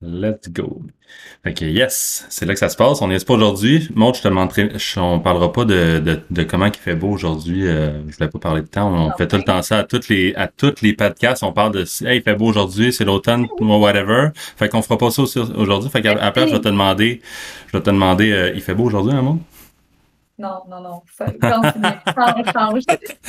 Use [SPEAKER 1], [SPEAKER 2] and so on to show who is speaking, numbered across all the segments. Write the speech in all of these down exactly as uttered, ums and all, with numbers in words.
[SPEAKER 1] Let's go. Fait que yes, c'est là que ça se passe. On n'est pas aujourd'hui. Maud, je te demanderai, je- on parlera pas de, de, de comment il fait beau aujourd'hui. Euh, je voulais pas parler de temps. On fait tout le
[SPEAKER 2] Enfin.
[SPEAKER 1] temps ça à toutes les à toutes les podcasts. On parle de hey, il fait beau aujourd'hui, c'est l'automne, ou whatever. Fait qu'on fera pas ça aussi aujourd'hui. Fait qu'à à la place, je vais te demander, je vais te demander, euh, il fait beau aujourd'hui, hein, Maud?
[SPEAKER 2] Non, non, non. Ça, continue. Change, change.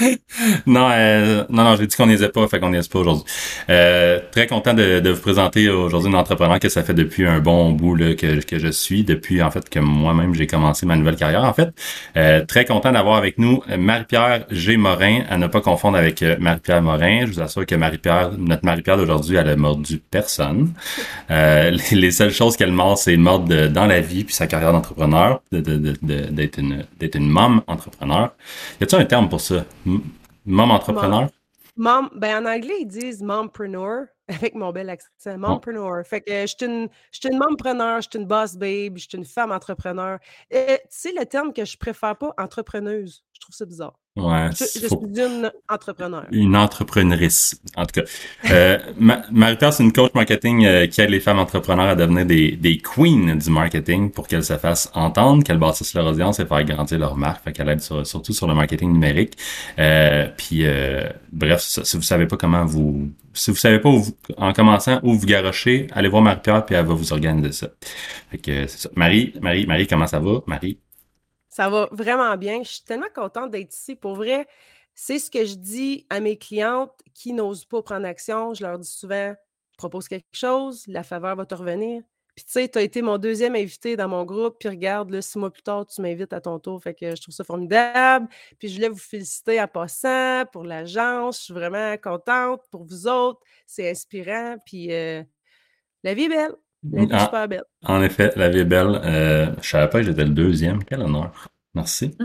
[SPEAKER 1] Non, euh, non, non, j'ai dit qu'on niaisait pas, fait qu'on niaise pas aujourd'hui. Euh, très content de, de vous présenter aujourd'hui une entrepreneur que ça fait depuis un bon bout là, que, que je suis, depuis en fait que moi-même j'ai commencé ma nouvelle carrière. En fait, euh, très content d'avoir avec nous Marie-Pierre G. Morin, à ne pas confondre avec euh, Marie-Pierre Morin. Je vous assure que Marie-Pierre, notre Marie-Pierre d'aujourd'hui, elle a mordu personne. Euh, les, les seules choses qu'elle mord, c'est mordre de- dans la vie puis sa carrière d'entrepreneur, de, de, de, de- d'être une d'être une mom entrepreneur. Y a-t-il un terme pour ça? M- Mom
[SPEAKER 2] Mom,
[SPEAKER 1] entrepreneur?
[SPEAKER 2] mom, ben en anglais, ils disent mompreneur avec mon bel accent.
[SPEAKER 1] Bon.
[SPEAKER 2] Mompreneur. Fait que je suis une, je suis une mompreneur, je suis une boss babe, je suis une femme entrepreneur. Euh, tu sais, le terme que je préfère pas, entrepreneuse, je trouve ça bizarre.
[SPEAKER 1] Ouais,
[SPEAKER 2] Je, je suis
[SPEAKER 1] faut
[SPEAKER 2] une entrepreneur.
[SPEAKER 1] une entrepreneurice. En tout cas, euh, Ma- Marie-Pierre, c'est une coach marketing euh, qui aide les femmes entrepreneurs à devenir des, des queens du marketing pour qu'elles se fassent entendre, qu'elles bâtissent leur audience et faire grandir leur marque. Fait qu'elle aide sur- surtout sur le marketing numérique. Euh, puis, euh, bref, si si vous savez pas comment vous... Si vous savez pas où vous- en commençant où vous garochez, allez voir Marie-Pierre puis elle va vous organiser ça. Fait que c'est ça. Marie, Marie, Marie, comment ça va? Marie?
[SPEAKER 2] Ça va vraiment bien. Je suis tellement contente d'être ici. Pour vrai, c'est ce que je dis à mes clientes qui n'osent pas prendre action. Je leur dis souvent, propose quelque chose, la faveur va te revenir. Puis tu sais, tu as été mon deuxième invité dans mon groupe, puis regarde, là, six mois plus tard, tu m'invites à ton tour. Fait que je trouve ça formidable. Puis je voulais vous féliciter en passant pour l'agence. Je suis vraiment contente pour vous autres. C'est inspirant. Puis euh, la vie est belle. La vie est
[SPEAKER 1] Ah,
[SPEAKER 2] super belle.
[SPEAKER 1] en effet, la vie est belle. Euh, je savais pas que j'étais le deuxième. Quel honneur. Merci.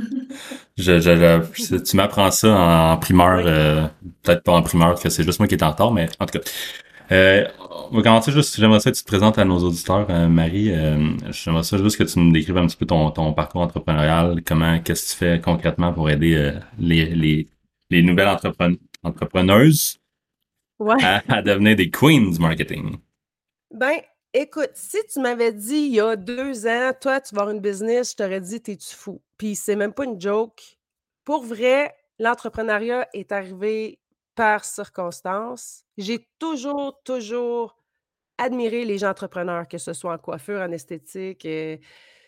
[SPEAKER 1] Je, je, je- tu m'apprends ça en primeur,
[SPEAKER 2] Oui.
[SPEAKER 1] euh, peut-être pas en primeur, que c'est juste moi qui est en retard, mais en tout cas. Euh, on va commencer juste, j'aimerais ça que tu te présentes à nos auditeurs, euh, Marie. Euh, j'aimerais ça juste que tu nous décrives un petit peu ton, ton parcours entrepreneurial, comment, qu'est-ce que tu fais concrètement pour aider euh, les, les, les nouvelles entrepren entrepreneuses
[SPEAKER 2] Ouais.
[SPEAKER 1] à, à devenir des queens du marketing.
[SPEAKER 2] Ben, écoute, si tu m'avais dit il y a deux ans: «Toi, tu vas avoir une business», je t'aurais dit: «Tu es-tu fou?» Puis c'est même pas une joke. Pour vrai, l'entrepreneuriat est arrivé par circonstance. J'ai toujours, toujours admiré les gens entrepreneurs, que ce soit en coiffure, en esthétique, heu,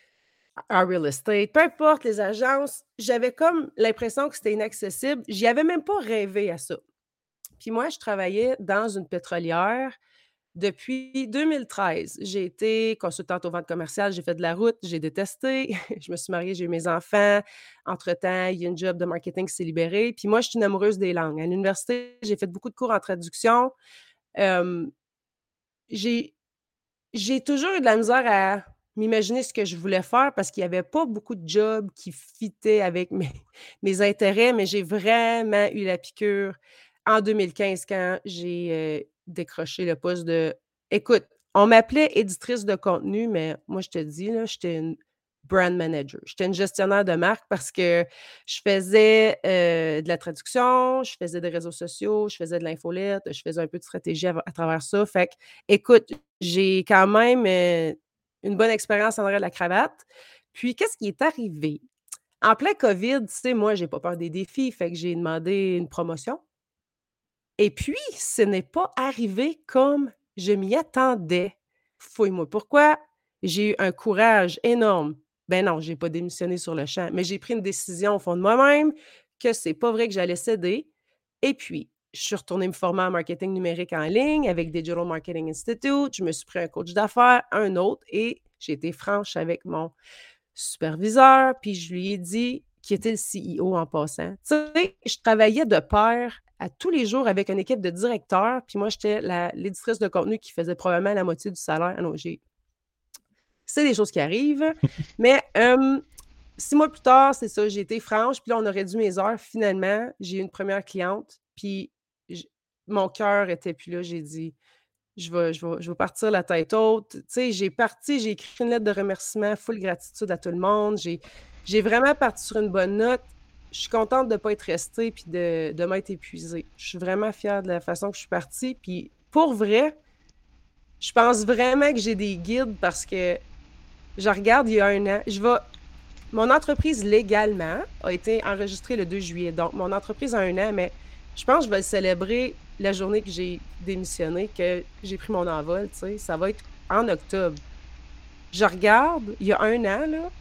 [SPEAKER 2] en real estate, peu importe les agences. J'avais comme l'impression que c'était inaccessible. J'y avais même pas rêvé à ça. Puis moi, je travaillais dans une pétrolière depuis deux mille treize. J'ai été consultante aux ventes commerciales, j'ai fait de la route, j'ai détesté. Je me suis mariée, j'ai eu mes enfants. Entre-temps, il y a une job de marketing qui s'est libérée. Puis moi, je suis une amoureuse des langues. À l'université, j'ai fait beaucoup de cours en traduction. Hem, j'ai j'ai toujours eu de la misère à m'imaginer ce que je voulais faire parce qu'il y avait pas beaucoup de jobs qui fitaient avec mes mes intérêts, mais j'ai vraiment eu la piqûre en deux mille quinze quand j'ai, heu, décroché le poste de écoute, on m'appelait éditrice de contenu, mais moi, je te dis, là, j'étais une brand manager. J'étais une gestionnaire de marque parce que je faisais, heu, de la traduction, je faisais des réseaux sociaux, je faisais de l'infolette, je faisais un peu de stratégie à à travers ça. Fait que, écoute, j'ai quand même, heu, une bonne expérience en arrière de la cravate. Puis qu'est-ce qui est arrivé? En plein covid, tu sais, moi, j'ai pas peur des défis, fait que j'ai demandé une promotion et puis ce n'est pas arrivé comme je m'y attendais. Fouille-moi pourquoi? J'ai eu un courage énorme. Ben non, j'ai pas démissionné sur le champ, mais j'ai pris une décision au fond de moi-même que c'est pas vrai que j'allais céder et puis je suis retournée me former en marketing numérique en ligne avec Digital Marketing Institute. Je me suis pris un coach d'affaires, un autre et j'ai été franche avec mon superviseur, puis je lui ai dit qui était le C E O en passant. Tu sais, je travaillais de pair à tous les jours avec une équipe de directeurs, puis moi, j'étais la l'éditrice de contenu qui faisait probablement la moitié du salaire. Ah non, j'ai c'est des choses qui arrivent, mais hem, six mois plus tard, c'est ça, j'ai été franche, puis là, on a réduit mes heures. Finalement, j'ai eu une première cliente, puis j mon cœur était plus là. J'ai dit: «Je vais je vais je vais partir la tête haute». Tu sais, j'ai parti, j'ai écrit une lettre de remerciement, full gratitude à tout le monde. J'ai j'ai vraiment parti sur une bonne note. Je suis contente de ne pas être restée puis de de m'être épuisée. Je suis vraiment fière de la façon que je suis partie, puis pour vrai, Je pense vraiment que j'ai des guides parce que je regarde il y a un an. Je vais... Mon entreprise, légalement, a été enregistrée le deux juillet. Donc, mon entreprise a un an, mais je pense que je vais le célébrer la journée que j'ai démissionné, que j'ai pris mon envol, tu sais. Ça va être en octobre. Je regarde, il y a un an, là,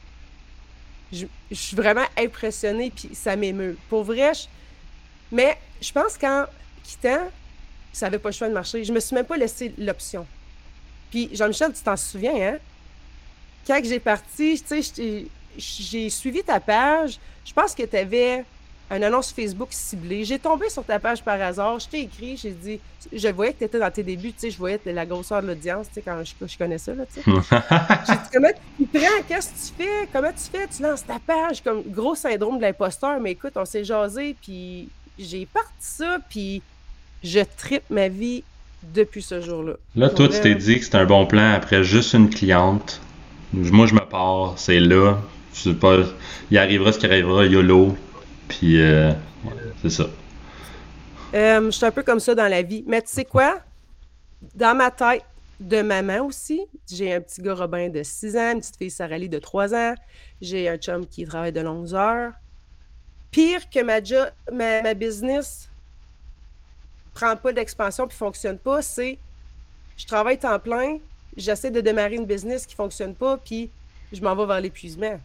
[SPEAKER 2] je, je suis vraiment impressionnée, puis ça m'émeut. Pour vrai, je- mais je pense qu'en quittant, ça n'avait pas le choix de marcher. Je me suis même pas laissé l'option. Puis, Jean-Michel, tu t'en souviens, hein? Quand que j'ai parti, tu sais, je t'ai- j'ai suivi ta page. Je pense que tu avais une annonce Facebook ciblée. J'ai tombé sur ta page par hasard. Je t'ai écrit, j'ai dit, je voyais que tu étais dans tes débuts, tu sais, je voyais la grosseur de l'audience, tu sais, quand je, je connais ça, là, tu sais. J'ai dit, comment tu t'y prends? Qu'est-ce que tu fais? Comment tu fais? Tu lances ta page, comme gros syndrome de l'imposteur. Mais écoute, on s'est jasé, puis j'ai parti ça, puis je tripe ma vie depuis ce jour-là.
[SPEAKER 1] Là,
[SPEAKER 2] Pour
[SPEAKER 1] toi, tu
[SPEAKER 2] vrai,
[SPEAKER 1] t'es
[SPEAKER 2] là.
[SPEAKER 1] dit que c'était un bon plan après juste une cliente. Moi, je me pars, c'est là. Je sais pas, il arrivera ce qui arrivera, YOLO. Puis, euh, ouais, c'est ça.
[SPEAKER 2] Euh, je suis un peu comme ça dans la vie. Mais tu sais quoi? Dans ma tête de maman aussi, j'ai un petit gars Robin de six ans, une petite fille Sarah-Lee de trois ans. J'ai un chum qui travaille de longues heures. Pire que ma, jo- ma, ma business prend pas d'expansion puis fonctionne pas, c'est je travaille temps plein, j'essaie de démarrer une business qui fonctionne pas, puis je m'en vais vers l'épuisement.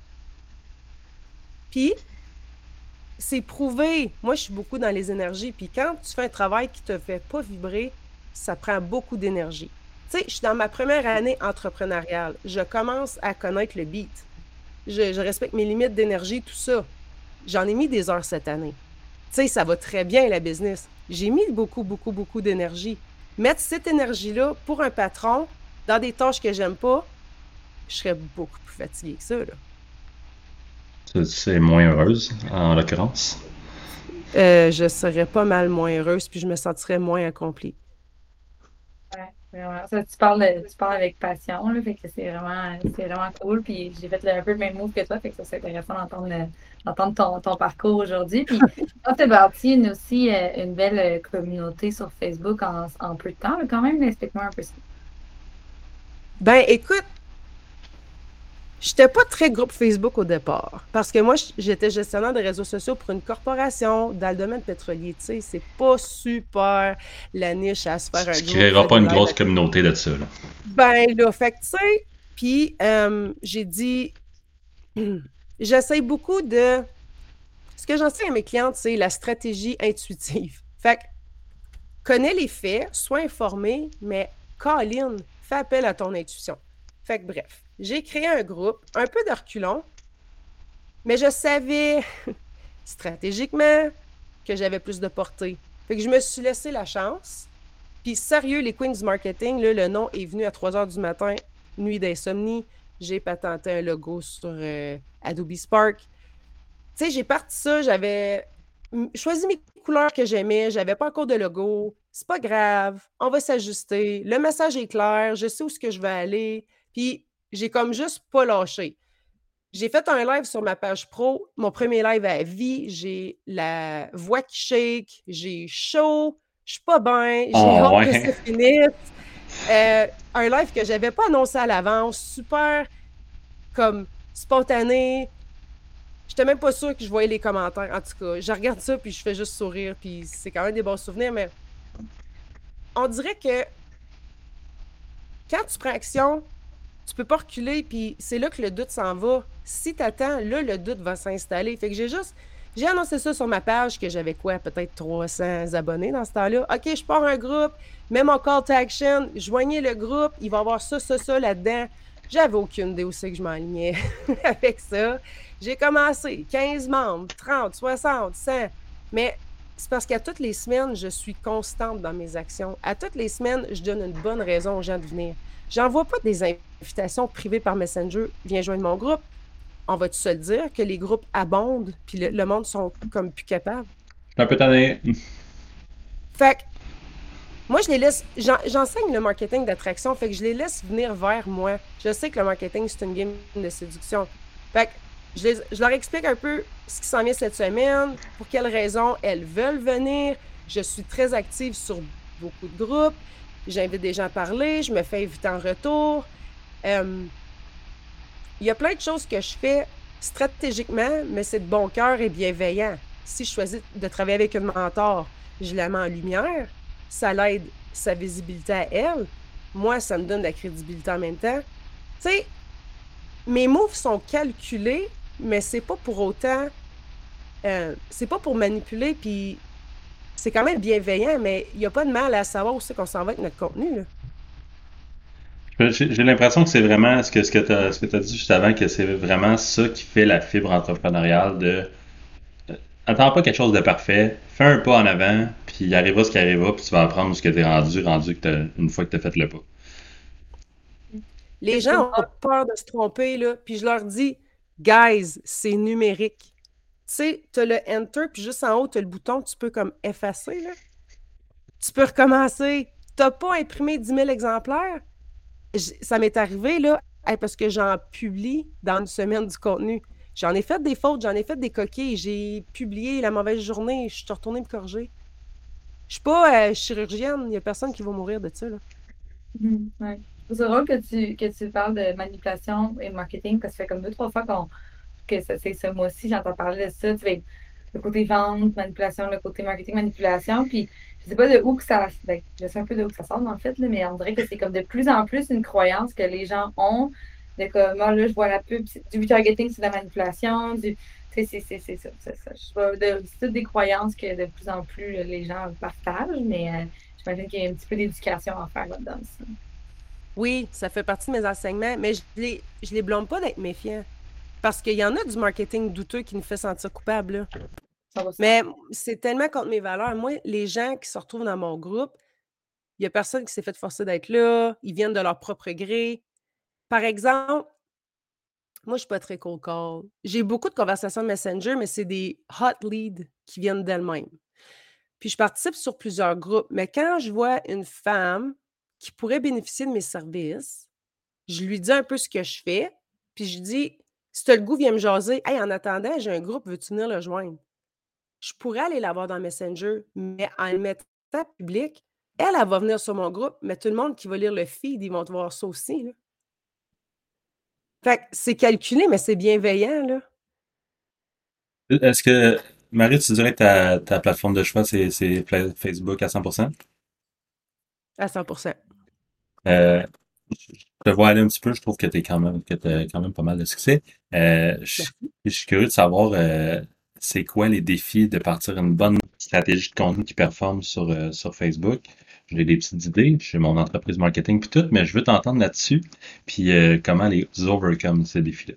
[SPEAKER 2] Puis, c'est prouvé. Moi, je suis beaucoup dans les énergies. Puis quand tu fais un travail qui te fait pas vibrer, ça prend beaucoup d'énergie. Tu sais, je suis dans ma première année entrepreneuriale. Je commence à connaître le beat. Je, je respecte mes limites d'énergie, tout ça. J'en ai mis des heures cette année. Tu sais, ça va très bien, la business. J'ai mis beaucoup, beaucoup, beaucoup d'énergie. Mettre cette énergie-là pour un patron dans des tâches que j'aime pas, je serais beaucoup plus fatiguée que ça, là.
[SPEAKER 1] C'est- C'est moins heureuse, en l'occurrence.
[SPEAKER 2] Euh, je serais pas mal moins heureuse, puis je me sentirais moins accomplie.
[SPEAKER 3] Ouais, vraiment. Ça, tu parles, de- tu parles avec passion, là, fait que c'est vraiment, c'est vraiment cool. Puis j'ai fait le- un peu le même move que toi, fait que ça, c'est intéressant d'entendre, le- d'entendre ton, ton parcours aujourd'hui. Puis quand tu as bâti une, aussi euh, une belle euh, communauté sur Facebook en, en peu de temps, là, quand même, explique-moi un peu ça.
[SPEAKER 2] Ben, écoute, j'étais pas très groupe Facebook au départ. Parce que moi, j- j'étais gestionnaire de réseaux sociaux pour une corporation dans le domaine pétrolier. Tu sais, c'est pas super la niche à se faire
[SPEAKER 1] Tu,
[SPEAKER 2] un
[SPEAKER 1] tu
[SPEAKER 2] groupe,
[SPEAKER 1] créeras
[SPEAKER 2] faire
[SPEAKER 1] pas
[SPEAKER 2] des
[SPEAKER 1] une
[SPEAKER 2] lives.
[SPEAKER 1] grosse communauté de ça, là.
[SPEAKER 2] Ben, là, fait que, tu sais, puis euh, j'ai dit, j'essaie beaucoup de. Ce que j'enseigne à mes clientes, c'est la stratégie intuitive. Fait que, connais les faits, sois informé, mais Colin, fais appel à ton intuition. Fait que bref, j'ai créé un groupe, un peu de reculons, mais je savais stratégiquement que j'avais plus de portée. Fait que je me suis laissé la chance. Puis sérieux, les Queens du Marketing, là, le nom est venu à trois heures du matin, nuit d'insomnie. J'ai patenté un logo sur euh, Adobe Spark. Tu sais, j'ai parti ça, j'avais m- choisi mes couleurs que j'aimais, j'avais pas encore de logo. C'est pas grave, on va s'ajuster. Le message est clair, je sais où ce que je vais aller. Puis j'ai comme juste pas lâché. J'ai fait un live sur ma page pro, mon premier live à vie. J'ai la voix qui shake, j'ai chaud, je suis pas bien, j'ai
[SPEAKER 1] Oh,
[SPEAKER 2] hâte que ça
[SPEAKER 1] ouais.
[SPEAKER 2] finisse. Euh, un live que j'avais pas annoncé à l'avance, super comme spontané. J'étais même pas sûre que je voyais les commentaires. En tout cas, je regarde ça puis je fais juste sourire, puis c'est quand même des bons souvenirs, mais on dirait que quand tu prends action, tu peux pas reculer, puis c'est là que le doute s'en va. Si t'attends, là, le doute va s'installer. Fait que j'ai juste, j'ai annoncé ça sur ma page, que j'avais quoi, peut-être trois cents abonnés dans ce temps-là. OK, je pars un groupe, mets mon call to action, joignez le groupe, il va y avoir ça, ça, ça là-dedans. J'avais aucune idée où c'est que je m'enlignais avec ça. J'ai commencé, quinze membres, trente, soixante, cent, mais c'est parce qu'à toutes les semaines, je suis constante dans mes actions. À toutes les semaines, je donne une bonne raison aux gens de venir. J'envoie pas des invitations privées par Messenger, viens joindre mon groupe. On va-tu se le dire que les groupes abondent, puis le, le monde sont comme plus capables?
[SPEAKER 1] Je suis un peu tanné.
[SPEAKER 2] Fait que moi, je les laisse, j'en- j'enseigne le marketing d'attraction, fait que je les laisse venir vers moi. Je sais que le marketing, c'est une game de séduction. Fait que je, les- je leur explique un peu ce qui s'en vient cette semaine, pour quelles raisons elles veulent venir. Je suis très active sur beaucoup de groupes. j'invite des gens à parler, je me fais inviter en retour. Euh, Il y a plein de choses que je fais stratégiquement, mais c'est de bon cœur et bienveillant. Si je choisis de travailler avec une mentor, je la mets en lumière, ça l'aide sa visibilité à elle. Moi, ça me donne de la crédibilité en même temps. Tu sais, mes moves sont calculés, mais c'est pas pour autant. Euh, c'est pas pour manipuler, puis c'est quand même bienveillant, mais il n'y a pas de mal à savoir où c'est qu'on s'en va avec notre contenu, là.
[SPEAKER 1] J'ai j'ai l'impression que c'est vraiment ce que, ce que tu as, ce que t'as dit juste avant, que c'est vraiment ça qui fait la fibre entrepreneuriale de euh, attends pas quelque chose de parfait, fais un pas en avant, puis il arrivera ce qui arrivera, puis tu vas apprendre ce que t'es rendu, rendu que t'as- une fois que tu as fait le pas.
[SPEAKER 2] Les
[SPEAKER 3] C'est
[SPEAKER 2] gens ont
[SPEAKER 3] pas-
[SPEAKER 2] peur de se tromper, là, puis je leur dis, guys, c'est numérique. Tu sais, tu as le Enter, puis juste en haut, tu as le bouton, tu peux comme effacer, là. Tu peux recommencer. Tu n'as pas imprimé dix mille exemplaires. J- ça m'est arrivé, là, hey, parce que j'en publie dans une semaine du contenu. J'en ai fait des fautes, j'en ai fait des coquilles, j'ai publié la mauvaise journée, je suis retournée me corriger. Je suis pas euh, chirurgienne, il n'y a personne qui va mourir de ça, là.
[SPEAKER 3] Mhm, ouais. C'est drôle que tu, que tu parles de manipulation et marketing parce que ça fait comme deux, trois fois qu'on, que ça- c'est ce mois-ci, j'entends parler de ça. Tu sais, le côté vente, manipulation, le côté marketing, manipulation. Puis je sais pas de où que ça. Ben, je sais un peu de où que ça sort en fait, là, mais on dirait que c'est comme de plus en plus une croyance que les gens ont. De comme, ah, là, je vois la pub, c'est- du retargeting, c'est de la manipulation. Du, tu sais, c'est c'est- c'est ça. c'est ça. Je vois de- c'est toutes des croyances que de plus en plus euh, les gens partagent, mais euh, j'imagine qu'il y a un petit peu d'éducation à faire là-dedans aussi.
[SPEAKER 2] Oui, ça fait partie de mes enseignements, mais je les, je les blâme pas d'être méfiants. Parce qu'il y en a du marketing douteux qui nous fait sentir coupables, là.
[SPEAKER 3] Ça va se faire.
[SPEAKER 2] Mais c'est tellement contre mes valeurs. Moi, les gens qui se retrouvent dans mon groupe, il y a personne qui s'est fait forcer d'être là. Ils viennent de leur propre gré. Par exemple, moi, je suis pas très cold call. J'ai beaucoup de conversations de Messenger, mais c'est des hot leads qui viennent d'elles-mêmes. Puis je participe sur plusieurs groupes. Mais quand je vois une femme qui pourrait bénéficier de mes services, je lui dis un peu ce que je fais. Puis je dis, si tu as le goût, viens me jaser. Hey, en attendant, j'ai un groupe, veux-tu venir le joindre? Je pourrais aller la voir dans Messenger, mais en le mettant public, elle, elle va venir sur mon groupe, mais tout le monde qui va lire le feed, ils vont te voir ça aussi, là. Fait que c'est calculé, mais c'est bienveillant, là,
[SPEAKER 1] Est-ce que, Marie, tu dirais que ta, ta plateforme de choix, c'est c'est Pla- Facebook à cent pour cent?
[SPEAKER 2] à cent pour cent.
[SPEAKER 1] Euh, je te vois aller un petit peu, je trouve que tu quand même, que t'as quand même pas mal de succès. Euh, je,
[SPEAKER 2] Merci.
[SPEAKER 1] je suis curieux de savoir, euh, c'est quoi les défis de partir une bonne stratégie de contenu qui performe sur, euh, sur Facebook. J'ai des petites idées, j'ai mon entreprise marketing puis tout, mais je veux t'entendre là-dessus, puis euh, comment les overcome ces défis-là.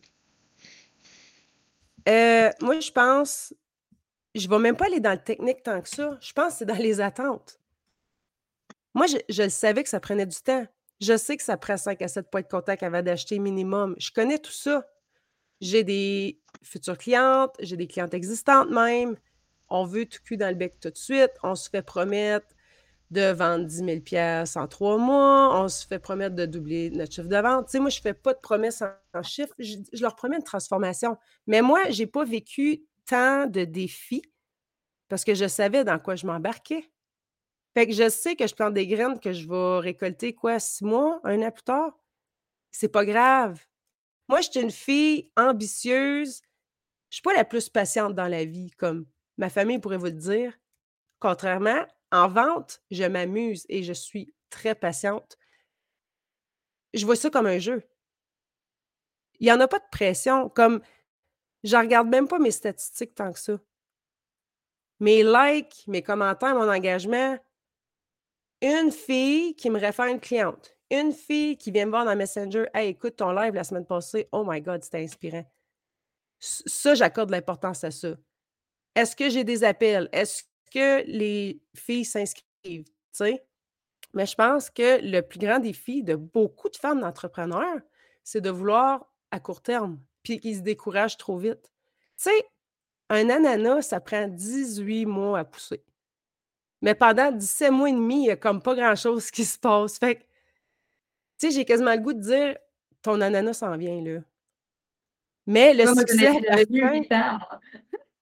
[SPEAKER 2] Euh, moi, je pense, je ne vais même pas aller dans le technique tant que ça. Je pense que c'est dans les attentes. Moi, je, je le savais que ça prenait du temps. Je sais que ça prend cinq à sept points de contact avant d'acheter minimum. Je connais tout ça. J'ai des futures clientes, j'ai des clientes existantes même. On veut tout cul dans le bec tout de suite. On se fait promettre de vendre dix mille pièces en trois mois. On se fait promettre de doubler notre chiffre de vente. Tu sais, moi, je ne fais pas de promesses en, en chiffres. Je, je leur promets une transformation. Mais moi, je n'ai pas vécu tant de défis parce que je savais dans quoi je m'embarquais. Fait que je sais que je plante des graines que je vais récolter quoi, six mois, un an plus tard. C'est pas grave. Moi, je suis une fille ambitieuse. Je suis pas la plus patiente dans la vie, comme ma famille pourrait vous le dire. Contrairement, en vente, je m'amuse et je suis très patiente. Je vois ça comme un jeu. Il y en a pas de pression, comme je regarde même pas mes statistiques tant que ça. Mes likes, mes commentaires, mon engagement. Une fille qui me réfère une cliente. Une fille qui vient me voir dans Messenger. Hey, écoute ton live la semaine passée. Oh my God, c'était inspirant. S- Ça, j'accorde de l'importance à ça. Est-ce que j'ai des appels? Est-ce que les filles s'inscrivent? Tu sais? Mais je pense que le plus grand défi de beaucoup de femmes d'entrepreneurs, c'est de vouloir à court terme, puis qu'ils se découragent trop vite. Tu sais, un ananas, ça prend dix-huit mois à pousser. Mais pendant dix-sept mois et demi, il n'y a comme pas grand-chose qui se passe. Fait que, tu sais, j'ai quasiment le goût de dire ton ananas s'en vient, là. Mais le
[SPEAKER 3] Moi, moi, j'en
[SPEAKER 2] succès
[SPEAKER 3] ai-
[SPEAKER 2] à la
[SPEAKER 3] j'avais vu
[SPEAKER 2] fin,
[SPEAKER 3] huit ans.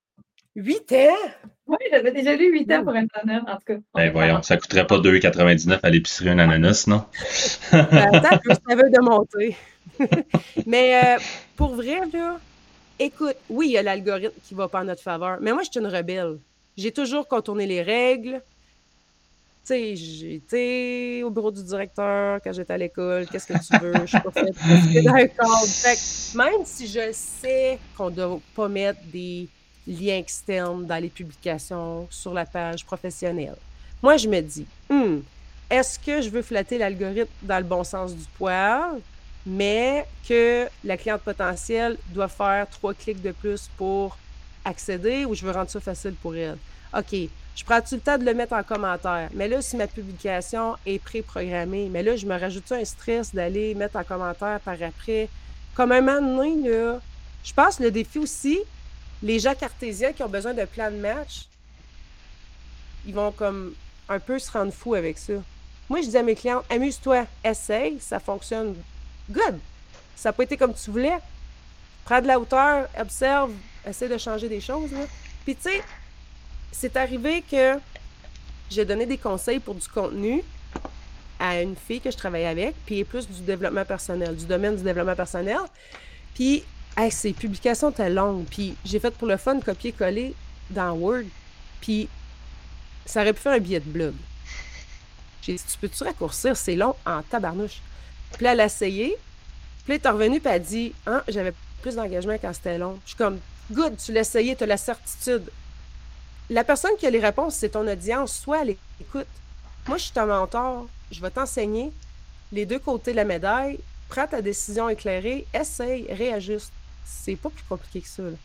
[SPEAKER 2] Huit ans?
[SPEAKER 3] Oui, j'avais déjà lu huit ans
[SPEAKER 2] Ouh.
[SPEAKER 3] pour un ananas, en tout cas. On
[SPEAKER 1] Ben
[SPEAKER 3] est
[SPEAKER 1] voyons,
[SPEAKER 3] parents.
[SPEAKER 1] ça coûterait pas deux quatre-vingt-dix-neuf à l'épicerie un ananas, non?
[SPEAKER 2] Ben, attends un peu, ça veut de monter. Mais euh, pour vrai, là, écoute, oui, il y a l'algorithme qui va pas en notre faveur, mais moi, je suis une rebelle. J'ai toujours contourné les règles. Tu sais, j'ai été au bureau du directeur quand j'étais à l'école. Qu'est-ce que tu veux? Je suis pas faite pour filer dans un cadre. Fait que même si je sais qu'on ne doit pas mettre des liens externes dans les publications sur la page professionnelle, moi, je me dis, hmm, est-ce que je veux flatter l'algorithme dans le bon sens du poil, mais que la cliente potentielle doit faire trois clics de plus pour accéder ou je veux rendre ça facile pour elle? OK, je prends-tu le temps de le mettre en commentaire? Mais là, si ma publication est pré-programmée, mais là, je me rajoute un stress d'aller mettre en commentaire par après. Comme un moment donné, là, je pense le défi aussi, les gens cartésiens qui ont besoin d'un plan de match, ils vont comme un peu se rendre fous avec ça. Moi, je dis à mes clientes, amuse-toi, essaye, ça fonctionne. Good! Ça n'a pas été comme tu voulais. Prends de la hauteur, observe, essaie de changer des choses. Là. Puis tu sais, c'est arrivé que j'ai donné des conseils pour du contenu à une fille que je travaillais avec, puis elle est plus du développement personnel, du domaine du développement personnel. Puis, hey, ses publications étaient longues, puis j'ai fait pour le fun copier-coller dans Word, puis ça aurait pu faire un billet de blog. J'ai dit, tu peux-tu raccourcir? C'est long en tabarnouche. Puis là, elle a essayé, puis là, elle est revenue, puis elle a dit, hein, j'avais plus d'engagement quand c'était long. Je suis comme, good, tu l'as essayé, tu as la certitude. La personne qui a les réponses, c'est ton audience. Soit elle écoute. Moi, je suis ton mentor. Je vais t'enseigner les deux côtés de la médaille. Prends ta décision éclairée. Essaye, réajuste. C'est pas plus compliqué que ça. Là.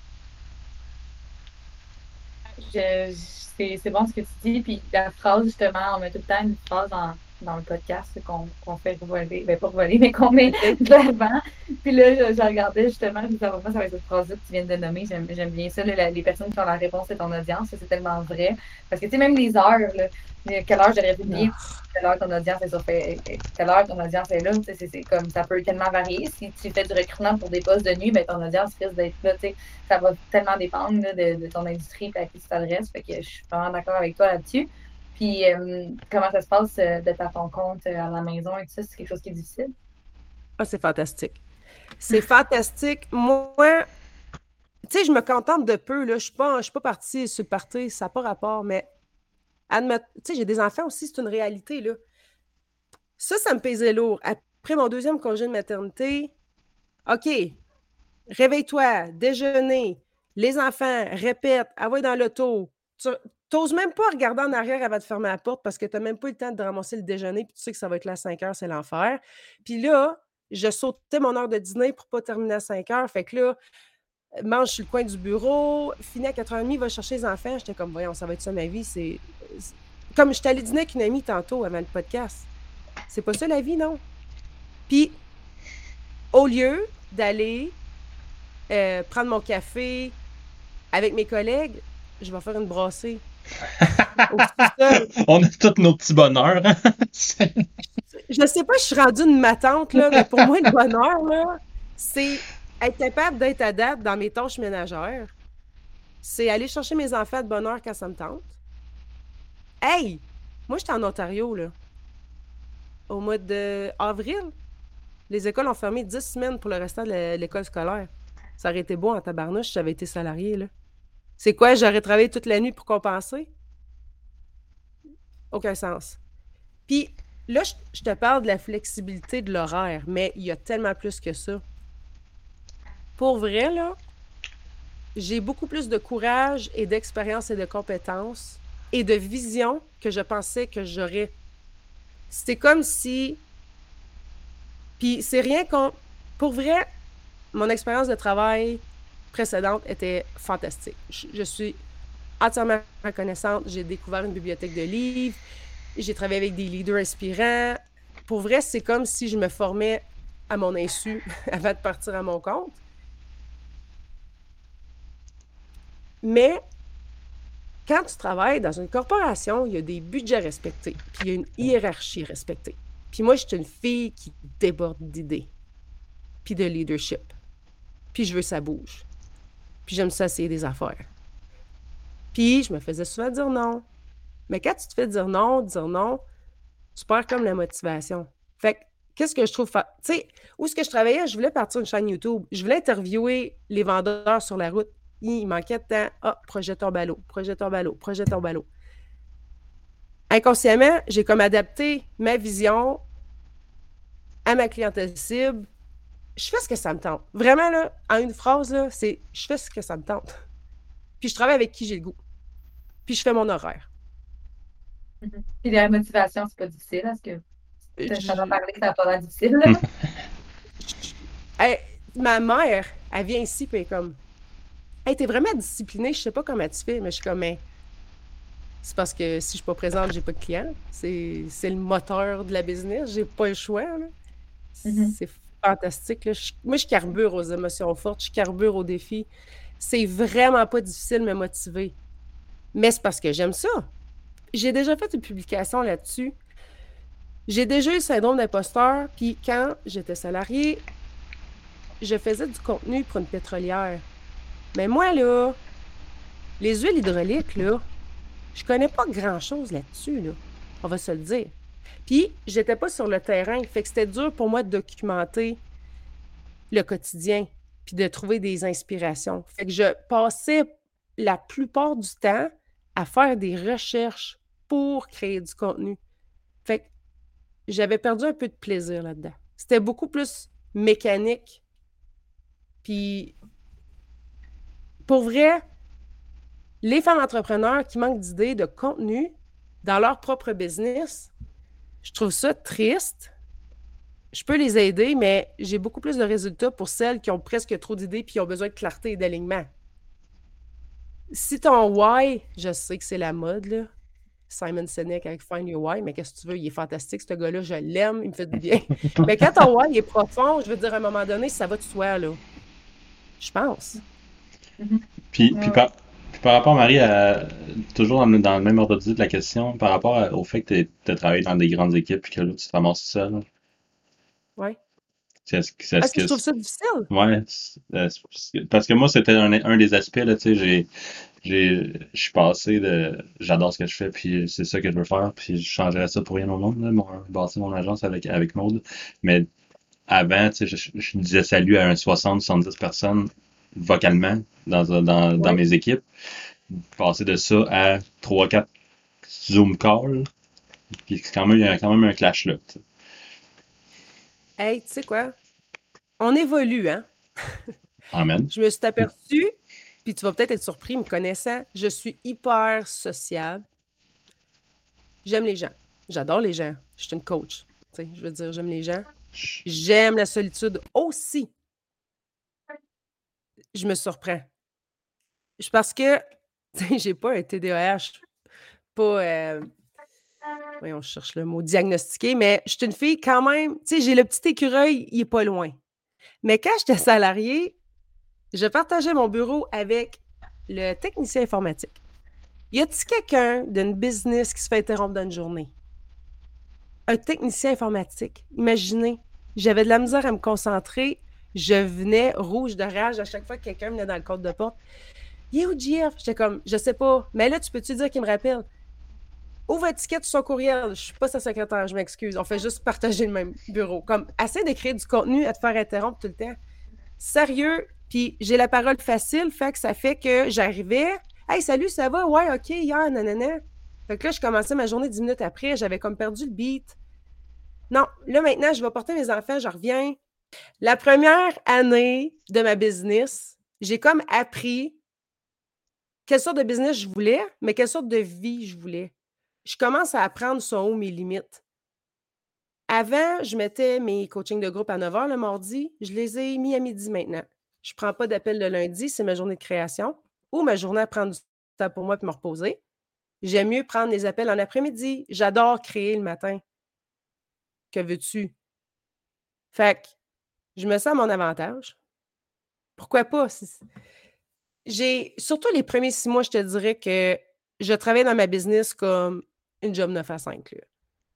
[SPEAKER 3] Je, je- c'est, c'est bon ce que tu dis. Puis la phrase, justement, on met tout le temps une phrase dans, dans le podcast qu'on, qu'on fait voler, ben pas voler, mais qu'on met
[SPEAKER 2] OK?
[SPEAKER 3] de l'avant. Puis là, je, je regardais justement, je disais, moi, ça va être cette phrase-là que tu viens de nommer. J'aime, j'aime bien ça, là, la- les personnes qui ont la réponse, c'est ton audience. Ça, c'est tellement vrai. Parce que, tu sais, même les heures, là, euh, quelle heure j'aurais publié, quelle heure ton audience est sur fait, quelle heure ton audience est là. Tu sais, C'est, c'est comme ça peut tellement varier. Si tu fais du recrutement pour des postes de nuit, ben ton audience risque d'être là. Tu sais, ça va tellement dépendre là, de, de ton industrie et à qui tu t'adresses. Fait que je suis vraiment d'accord avec toi là-dessus. Puis, euh, comment ça se passe euh, d'être à ton compte euh, à la maison et tout ça? C'est quelque chose qui est difficile?
[SPEAKER 2] Ah, c'est fantastique. C'est fantastique. Moi, tu sais, je me contente de peu. Là. Je ne suis pas, je suis pas partie sur le party, ça n'a pas rapport, mais admettre, tu sais, j'ai des enfants aussi, c'est une réalité. Là. Ça, ça me pesait lourd. Après mon deuxième congé de maternité, OK, réveille-toi, déjeuner, les enfants, répète, envoie dans l'auto. Tu n'oses même pas regarder en arrière avant de fermer la porte parce que tu n'as même pas eu le temps de ramasser le déjeuner puis tu sais que ça va être là à cinq heures, c'est l'enfer. Puis là, je sautais mon heure de dîner pour ne pas terminer à cinq heures. Fait que là, mange sur le coin du bureau, fini à quatre heures trente, va chercher les enfants. J'étais comme, voyons, ça va être ça ma vie. C'est c'est- Comme je suis allée dîner avec une amie tantôt avant le podcast. C'est pas ça la vie, non? Puis, au lieu d'aller euh, prendre mon café avec mes collègues, je vais faire une brassée au sous-sol.
[SPEAKER 1] On a tous nos petits bonheurs. Hein?
[SPEAKER 2] Je sais pas, je suis rendue une matante, là, mais pour moi, le bonheur, là, c'est être capable d'être à date dans mes tâches ménagères. C'est aller chercher mes enfants de bonne heure quand ça me tente. Hey! Moi, j'étais en Ontario, là, au mois d'avril. Les écoles ont fermé dix semaines pour le restant de la- l'école scolaire. Ça aurait été beau en tabarnouche si j'avais été salarié, là. C'est quoi, j'aurais travaillé toute la nuit pour compenser? Aucun sens. Puis là, je, je te parle de la flexibilité de l'horaire, mais il y a tellement plus que ça. Pour vrai, là, j'ai beaucoup plus de courage et d'expérience et de compétences et de vision que je pensais que j'aurais. C'était comme si... Puis c'est rien qu'on... Pour vrai, mon expérience de travail précédente était fantastique. Je, je suis entièrement reconnaissante. J'ai découvert une bibliothèque de livres. J'ai travaillé avec des leaders inspirants. Pour vrai, c'est comme si je me formais à mon insu avant de partir à mon compte. Mais quand tu travailles dans une corporation, il y a des budgets respectés, puis il y a une hiérarchie respectée. Puis moi, je suis une fille qui déborde d'idées, puis de leadership. Puis je veux que ça bouge. Puis j'aime ça essayer des affaires. Puis, je me faisais souvent dire non. Mais quand tu te fais dire non, dire non, tu perds comme la motivation. Fait que, qu'est-ce que je trouve... Fa... Tu sais, où est-ce que je travaillais? Je voulais partir une chaîne YouTube. Je voulais interviewer les vendeurs sur la route. Il manquait de temps. Ah, projet tombe à l'eau, projet tombe à l'eau, projet tombe à l'eau. Inconsciemment, j'ai comme adapté ma vision à ma clientèle cible. Je fais ce que ça me tente. Vraiment, là, en une phrase, là, c'est « je fais ce que ça me tente ». Puis je travaille avec qui j'ai le goût. Puis je fais mon horaire.
[SPEAKER 3] Mm-hmm. Puis la motivation, c'est pas difficile, parce que
[SPEAKER 2] Je...
[SPEAKER 3] ça va parler, ça n'a pas l'air difficile.
[SPEAKER 2] Hey, ma mère, elle vient ici, puis elle est comme « Hey, t'es vraiment disciplinée, je sais pas comment tu fais. » Mais je suis comme hey, « C'est parce que si je suis pas présente, j'ai pas de clients. C'est, c'est le moteur de la business. J'ai pas le choix. » Mm-hmm. C'est fantastique. Là. Je, moi, je carbure aux émotions fortes, je carbure aux défis. C'est vraiment pas difficile de me motiver. Mais c'est parce que j'aime ça. J'ai déjà fait une publication là-dessus. J'ai déjà eu le syndrome d'imposteur, puis quand j'étais salariée, je faisais du contenu pour une pétrolière. Mais moi, là, les huiles hydrauliques, là, je connais pas grand-chose là-dessus, là. On va se le dire. Puis, j'étais pas sur le terrain, fait que c'était dur pour moi de documenter le quotidien, puis de trouver des inspirations. Fait que je passais la plupart du temps à faire des recherches pour créer du contenu. Fait que j'avais perdu un peu de plaisir là-dedans. C'était beaucoup plus mécanique. Puis, pour vrai, les femmes entrepreneurs qui manquent d'idées, de contenu dans leur propre business, je trouve ça triste. Je peux les aider, mais j'ai beaucoup plus de résultats pour celles qui ont presque trop d'idées puis qui ont besoin de clarté et d'alignement. Si ton why, je sais que c'est la mode, là. Simon Sinek avec Find Your Why, mais qu'est-ce que tu veux, il est fantastique, ce gars-là, je l'aime, il me fait du bien. Mais quand ton why est profond, je veux dire, à un moment donné, ça va de soi, là. Je pense.
[SPEAKER 1] Mm-hmm. Puis, ouais. puis, par, puis par rapport, Marie, à, toujours dans, dans le même ordre d'idée de la question, par rapport à, au fait que tu as travaillé dans des grandes équipes et que là, tu te ramasses seul.
[SPEAKER 2] Oui.
[SPEAKER 1] C'est, c'est, c'est,
[SPEAKER 2] Est-ce que tu trouves ça difficile?
[SPEAKER 1] Oui, parce que moi, c'était un, un des aspects, là, tu sais, j'ai, j'ai, je suis passé de, j'adore ce que je fais, puis c'est ça que je veux faire, puis je changerais ça pour rien au monde, là, mon, bâtir mon agence avec, avec Maud, mais avant, tu sais, je, je disais salut à un soixante soixante-dix personnes vocalement dans, dans, oui. dans mes équipes, passer de ça à trois quatre Zoom calls, puis c'est quand même, il y a quand même un clash là, t'sais.
[SPEAKER 2] Hey, tu sais quoi? On évolue, hein?
[SPEAKER 1] Amen.
[SPEAKER 2] Je me suis aperçue, puis tu vas peut-être être surpris me connaissant, je suis hyper sociable. J'aime les gens. J'adore les gens. Je suis une coach. Tu sais, je veux dire, j'aime les gens. J'aime la solitude aussi. Je me surprends. Parce que, tu sais, j'ai pas un T D A H, pas... Euh... Oui, on cherche le mot diagnostiqué, mais je suis une fille quand même, tu sais, j'ai le petit écureuil, il est pas loin. Mais quand j'étais salariée, je partageais mon bureau avec le technicien informatique. Y a-t-il quelqu'un d'une business qui se fait interrompre dans une journée? Un technicien informatique. Imaginez, j'avais de la misère à me concentrer. Je venais rouge de rage à chaque fois que quelqu'un venait dans le code de porte. « Il est où J F? » J'étais comme, je sais pas. Mais là, tu peux-tu dire qu'il me rappelle? Ouvre étiquette sur son courriel. Je suis pas sa secrétaire, je m'excuse. On fait juste partager le même bureau. Comme, essaie de créer du contenu à te faire interrompre tout le temps. Sérieux, puis j'ai la parole facile, fait que ça fait que j'arrivais. « Hey, salut, ça va? Ouais, OK, hier, nanana. » Fait que là, je commençais ma journée dix minutes après, j'avais comme perdu le beat. Non, là, maintenant, je vais porter mes enfants, je reviens. La première année de ma business, j'ai comme appris quelle sorte de business je voulais, mais quelle sorte de vie je voulais. Je commence à apprendre sont où mes limites. Avant, je mettais mes coachings de groupe à neuf heures le mardi. Je les ai mis à midi maintenant. Je ne prends pas d'appel le lundi, c'est ma journée de création. Ou ma journée à prendre du temps pour moi et me reposer. J'aime mieux prendre les appels en après-midi. J'adore créer le matin. Que veux-tu? Fait que je me sens à mon avantage. Pourquoi pas? J'ai, surtout les premiers six mois, je te dirais que je travaillais dans ma business comme une job neuf à cinq. Là.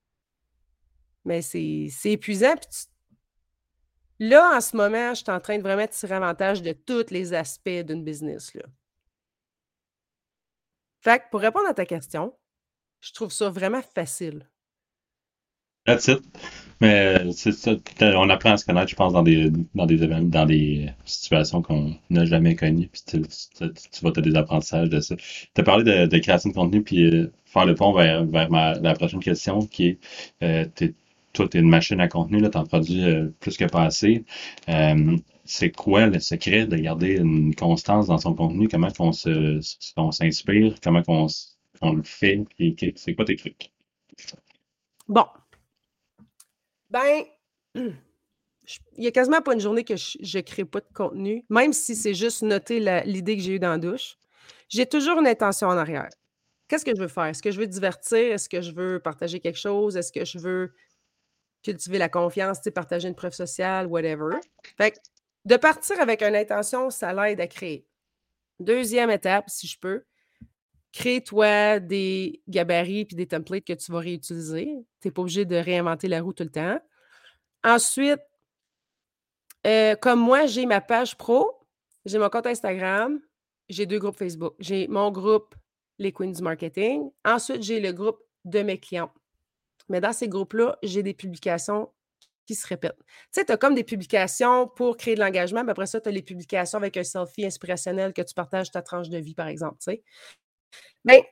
[SPEAKER 2] Mais c'est, c'est épuisant. Puis tu... Là, en ce moment, je suis en train de vraiment tirer avantage de tous les aspects d'une business. Là. Fait que pour répondre à ta question, je trouve ça vraiment facile.
[SPEAKER 1] That's it. Mais c'est ça, t'as- on apprend à se connaître, je pense, dans des dans des événements, dans des situations qu'on n'a jamais connues. Puis tu, tu, tu- tu vas t'as des apprentissages de ça. Tu as parlé de, de création de contenu, puis euh, faire le pont vers, vers ma, la prochaine question qui est euh, t'es- toi, tu es une machine à contenu, là, t'en produis euh, plus que pas assez. Euh, c'est quoi le secret de garder une constance dans son contenu? Comment qu'on se qu'on s'inspire? Comment qu'on s- qu'on le fait? Puis, que- c'est quoi tes trucs?
[SPEAKER 2] Bon, ben, je- il y a quasiment pas une journée que je ne crée pas de contenu, même si c'est juste noter la- l'idée que j'ai eue dans la douche. J'ai toujours une intention en arrière. Qu'est-ce que je veux faire? Est-ce que je veux divertir? Est-ce que je veux partager quelque chose? Est-ce que je veux cultiver la confiance, tu sais, partager une preuve sociale, whatever? Fait que de partir avec une intention, ça l'aide à créer. Deuxième étape, si je peux, crée-toi des gabarits puis des templates que tu vas réutiliser. Tu n'es pas obligé de réinventer la roue tout le temps. Ensuite, euh, comme moi, j'ai ma page pro, j'ai mon compte Instagram, j'ai deux groupes Facebook. J'ai mon groupe Les Queens du Marketing. Ensuite, j'ai le groupe de mes clients. Mais dans ces groupes-là, j'ai des publications qui se répètent. Tu sais, tu as comme des publications pour créer de l'engagement, mais après ça, tu as les publications avec un selfie inspirationnel que tu partages ta tranche de vie, par exemple. Tu sais. Mais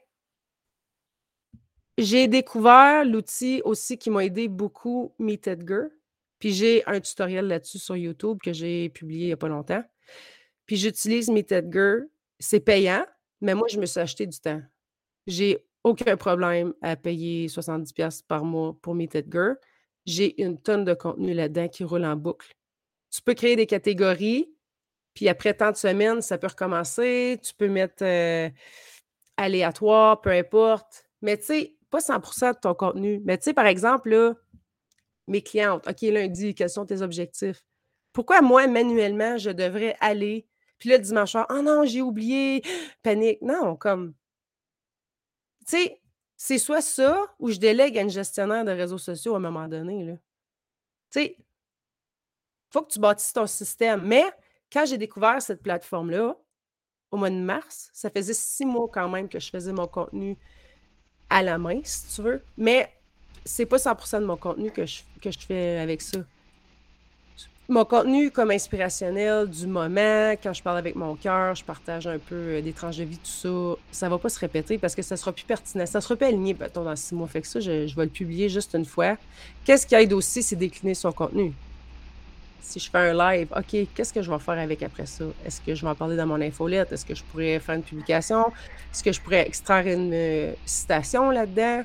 [SPEAKER 2] j'ai découvert l'outil aussi qui m'a aidé beaucoup, Meet Edgar. Puis j'ai un tutoriel là-dessus sur YouTube que j'ai publié il n'y a pas longtemps. Puis j'utilise Meet Edgar. C'est payant, mais moi, je me suis acheté du temps. J'ai aucun problème à payer soixante-dix dollars par mois pour Meet Edgar. J'ai une tonne de contenu là-dedans qui roule en boucle. Tu peux créer des catégories, puis après tant de semaines, ça peut recommencer. Tu peux mettre euh, aléatoire, peu importe. Mais tu sais, pas cent pour cent de ton contenu. Mais tu sais, par exemple, là, mes clientes, OK, lundi, quels sont tes objectifs? Pourquoi moi, manuellement, je devrais aller, puis là, dimanche soir, oh non, j'ai oublié, panique. Non, comme, tu sais, c'est soit ça ou je délègue à une gestionnaire de réseaux sociaux à un moment donné, là. Tu sais, il faut que tu bâtisses ton système. Mais quand j'ai découvert cette plateforme-là, au mois de mars, ça faisait six mois quand même que je faisais mon contenu à la main, si tu veux. Mais c'est pas cent pour cent de mon contenu que je, que je fais avec ça. Mon contenu comme inspirationnel du moment, quand je parle avec mon cœur, je partage un peu euh, des tranches de vie, tout ça, ça va pas se répéter parce que ça sera plus pertinent. Ça sera plus aligné, mettons, dans six mois. Fait que ça, je, je vais le publier juste une fois. Qu'est-ce qui aide aussi, c'est décliner son contenu. Si je fais un live, OK, qu'est-ce que je vais faire avec après ça? Est-ce que je vais en parler dans mon infolette? Est-ce que je pourrais faire une publication? Est-ce que je pourrais extraire une euh, citation là-dedans?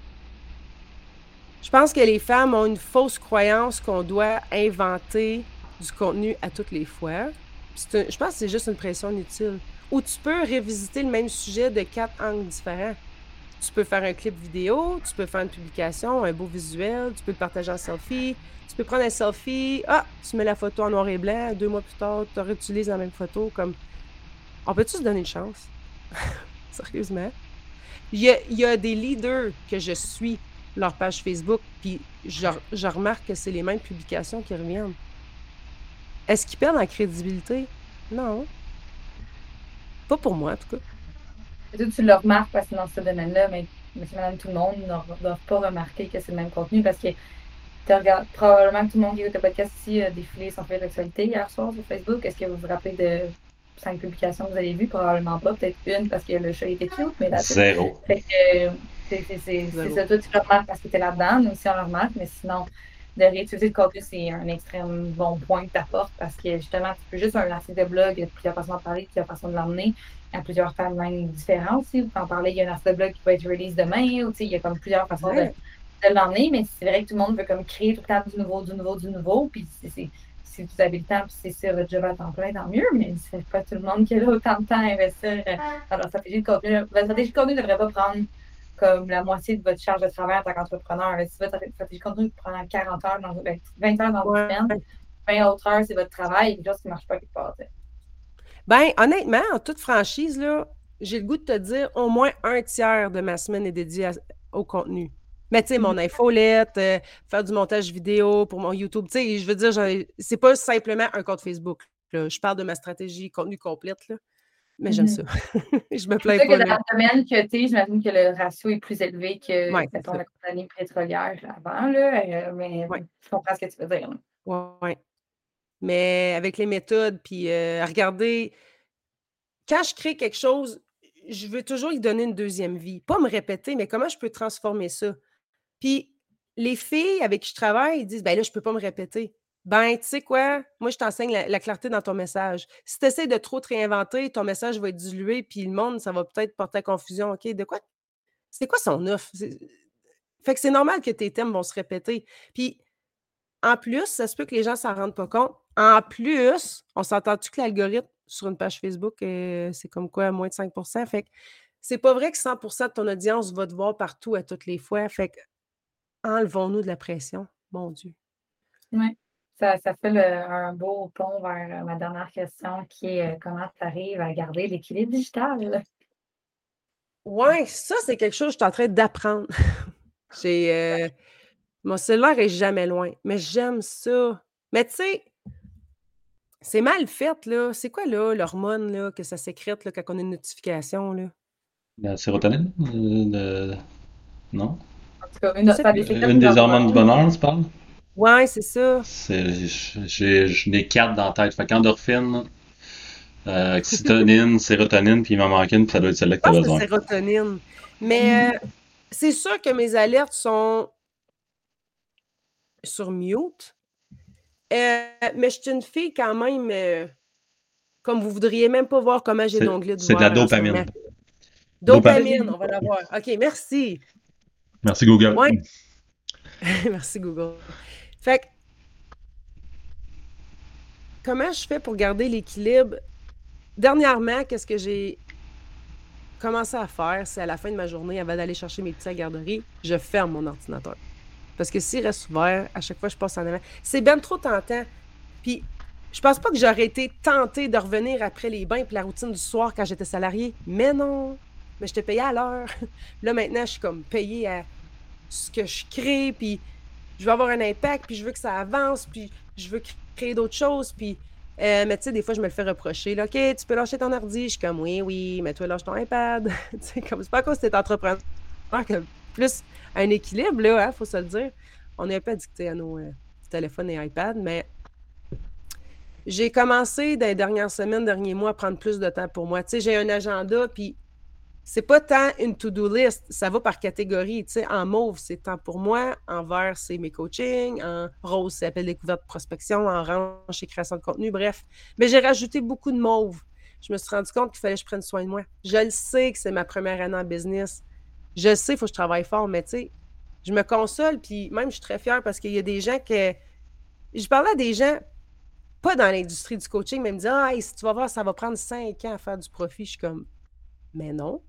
[SPEAKER 2] Je pense que les femmes ont une fausse croyance qu'on doit inventer du contenu à toutes les fois. C'est un- je pense que c'est juste une pression inutile. Ou tu peux révisiter le même sujet de quatre angles différents. Tu peux faire un clip vidéo, tu peux faire une publication, un beau visuel, tu peux le partager en selfie, tu peux prendre un selfie, ah, tu mets la photo en noir et blanc, deux mois plus tard, tu réutilises la même photo. Comme, on peut-tu se donner une chance? Sérieusement? Il y a, il y a des leaders que je suis, leur page Facebook, puis je, je remarque que c'est les mêmes publications qui reviennent. Est-ce qu'ils perdent en crédibilité? Non. Pas pour moi, en tout cas.
[SPEAKER 3] Et toi, tu le remarques parce que dans ce domaine-là, mais monsieur, madame, tout le monde ne doivent pas remarquer que c'est le même contenu parce que tu regardes probablement que tout le monde qui écoute le podcast ici a défilé son fil d'actualité hier soir sur Facebook. Est-ce que vous vous rappelez de cinq publications que vous avez vues? Probablement pas. Peut-être une parce que le chat était cute, mais là,
[SPEAKER 1] Zéro.
[SPEAKER 3] fait que euh, c'est c'est- c'est- c'est
[SPEAKER 2] Zéro.
[SPEAKER 3] ça. Toi, tu le remarques parce que tu es là-dedans. Nous aussi, on le remarque, mais sinon, de réutiliser le contenu, c'est un extrême bon point que tu apportes parce que justement, tu peux juste un article de blog, il y a plusieurs façons de parler, plusieurs façons de l'emmener, à plusieurs timelines différentes. Tu en parlais, il y a un article de blog qui va être release demain, ou tu sais, il y a comme plusieurs façons de,
[SPEAKER 2] Ouais.
[SPEAKER 3] de l'emmener, mais c'est vrai que tout le monde veut comme créer tout le temps du nouveau, du nouveau, du nouveau. Puis c'est, c'est- si vous avez le temps, puis c'est ça votre job à temps plein, tant mieux, mais c'est pas tout le monde qui a autant de temps à investir euh, dans leur stratégie de contenu. Votre stratégie de contenu ne devrait pas prendre comme la moitié de votre charge de travail en tant qu'entrepreneur. Si votre stratégie de contenu prend quarante heures, dans, ben, vingt heures dans une
[SPEAKER 2] Ouais.
[SPEAKER 3] semaine, vingt autres heures, c'est votre travail, et quelque chose qui ne marche pas quelque part. tu sais.
[SPEAKER 2] Ben, honnêtement, en toute franchise, là, j'ai le goût de te dire au moins un tiers de ma semaine est dédié à- au contenu. Mais tu sais, mon
[SPEAKER 3] Mhm.
[SPEAKER 2] infolette, euh, faire du montage vidéo pour mon YouTube, tu sais, je veux dire, j'en ai- c'est pas simplement un compte Facebook. là. Je parle de ma stratégie contenu complète, là. mais j'aime ça.
[SPEAKER 3] Mhm.
[SPEAKER 2] Je me
[SPEAKER 3] C'est
[SPEAKER 2] plains
[SPEAKER 3] sûr que
[SPEAKER 2] pas,
[SPEAKER 3] dans
[SPEAKER 2] là.
[SPEAKER 3] le domaine que tu es, j'imagine que le ratio est plus élevé que,
[SPEAKER 2] Ouais, c'est
[SPEAKER 3] mettons,
[SPEAKER 2] ça.
[SPEAKER 3] la compagnie pétrolière avant, là, euh, mais
[SPEAKER 2] Ouais,
[SPEAKER 3] je comprends ce que tu veux dire, là.
[SPEAKER 2] ouais, ouais. Mais avec les méthodes, puis euh, regardez, quand je crée quelque chose, je veux toujours y donner une deuxième vie. Pas me répéter, mais comment je peux transformer ça? Puis les filles avec qui je travaille, ils disent: «Ben là, je peux pas me répéter». Ben, tu sais quoi? Moi, je t'enseigne la la clarté dans ton message. Si tu essaies de trop te réinventer, ton message va être dilué, puis le monde, ça va peut-être porter à confusion. OK, de quoi c'est quoi son offre? C'est fait que c'est normal que tes thèmes vont se répéter. Puis en plus, ça se peut que les gens s'en rendent pas compte. En plus, on s'entend-tu que l'algorithme sur une page Facebook, heu, c'est comme quoi? Moins de cinq. Fait que c'est pas vrai que cent de ton audience va te voir partout à toutes les fois. Fait que enlevons-nous de la pression, mon Dieu.
[SPEAKER 3] Ouais. Ça, ça fait le- un beau pont vers euh, ma dernière question qui est euh, comment tu arrives à garder l'équilibre digital?
[SPEAKER 2] Ouais, ça, c'est quelque chose que je suis en train d'apprendre. J'ai, heu, mon cellulaire est jamais loin, mais j'aime ça. Mais tu sais, c'est mal fait, là. C'est quoi, là, l'hormone, là, que ça sécrète, là, quand on a une notification, là?
[SPEAKER 4] La sérotonine? Euh, de- Non?
[SPEAKER 3] En tout cas, une,
[SPEAKER 2] C'est
[SPEAKER 3] ça
[SPEAKER 2] quoi?
[SPEAKER 3] désécrète
[SPEAKER 4] Une
[SPEAKER 3] une
[SPEAKER 4] des hormones du
[SPEAKER 3] hormone.
[SPEAKER 4] bonheur, tu parles?
[SPEAKER 2] Ouais, c'est ça.
[SPEAKER 4] C'est, j'ai, j'en ai quatre dans la tête. Fait qu'endorphine, euh, oxytocine, sérotonine, puis il m'en manque une, puis ça doit être celle-là que
[SPEAKER 2] Je
[SPEAKER 4] t'as
[SPEAKER 2] pense que
[SPEAKER 4] besoin.
[SPEAKER 2] c'est sérotonine. Mais, heu, c'est sûr que mes alertes sont sur mute, heu, mais je suis une fille quand même, heu, comme vous voudriez même pas voir comment j'ai
[SPEAKER 4] C'est,
[SPEAKER 2] l'onglet
[SPEAKER 4] c'est de la
[SPEAKER 2] d'ouvert en ce moment.
[SPEAKER 4] dopamine. Dopa-
[SPEAKER 2] Dopamine, on va l'avoir. OK, merci.
[SPEAKER 4] Merci Google.
[SPEAKER 2] Ouais, merci Google. Fait que comment je fais pour garder l'équilibre? Dernièrement, qu'est-ce que j'ai commencé à faire? C'est à la fin de ma journée, avant d'aller chercher mes petits à la garderie, je ferme mon ordinateur. Parce que s'il reste ouvert, à chaque fois, je passe en avant. C'est bien trop tentant. Puis, je pense pas que j'aurais été tentée de revenir après les bains puis la routine du soir quand j'étais salariée. Mais non! Mais j'étais payée à l'heure. Là, maintenant, je suis comme payée à ce que je crée, puis je veux avoir un impact, puis je veux que ça avance, puis je veux créer d'autres choses, puis... euh, mais tu sais, des fois, je me le fais reprocher. Là, OK, tu peux lâcher ton ordi. Je suis comme, oui, oui, mais toi, lâche ton iPad. Tu sais, comme, c'est pas à cause que t'es entrepreneur que plus un équilibre, là, hein, faut se le dire. On est un peu addicté à nos euh, téléphones et iPads, mais j'ai commencé dans les dernières semaines, derniers mois, à prendre plus de temps pour moi. Tu sais, j'ai un agenda, puis c'est pas tant une to-do list, ça va par catégorie. Tu sais, en mauve, c'est temps pour moi. En vert, c'est mes coachings. En rose, c'est appel découverte prospection. En orange, c'est création de contenu. Bref. Mais j'ai rajouté beaucoup de mauve. Je me suis rendu compte qu'il fallait que je prenne soin de moi. Je le sais que c'est ma première année en business. Je sais, il faut que je travaille fort, mais tu sais, je me console, puis même, je suis très fière parce qu'il y a des gens que... Je parlais à des gens, pas dans l'industrie du coaching, mais ils me disaient, ah, hey, si tu vas voir, ça va prendre cinq ans à faire du profit. Je suis comme, mais non.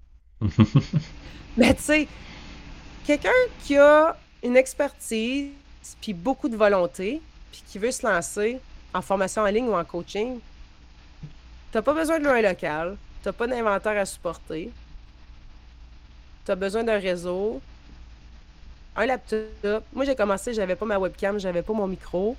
[SPEAKER 2] Mais tu sais, quelqu'un qui a une expertise, puis beaucoup de volonté, puis qui veut se lancer en formation en ligne ou en coaching, t'as pas besoin de louer un local, t'as pas d'inventaire à supporter, t'as besoin d'un réseau, un laptop. Moi, j'ai commencé, j'avais pas ma webcam, j'avais pas mon micro.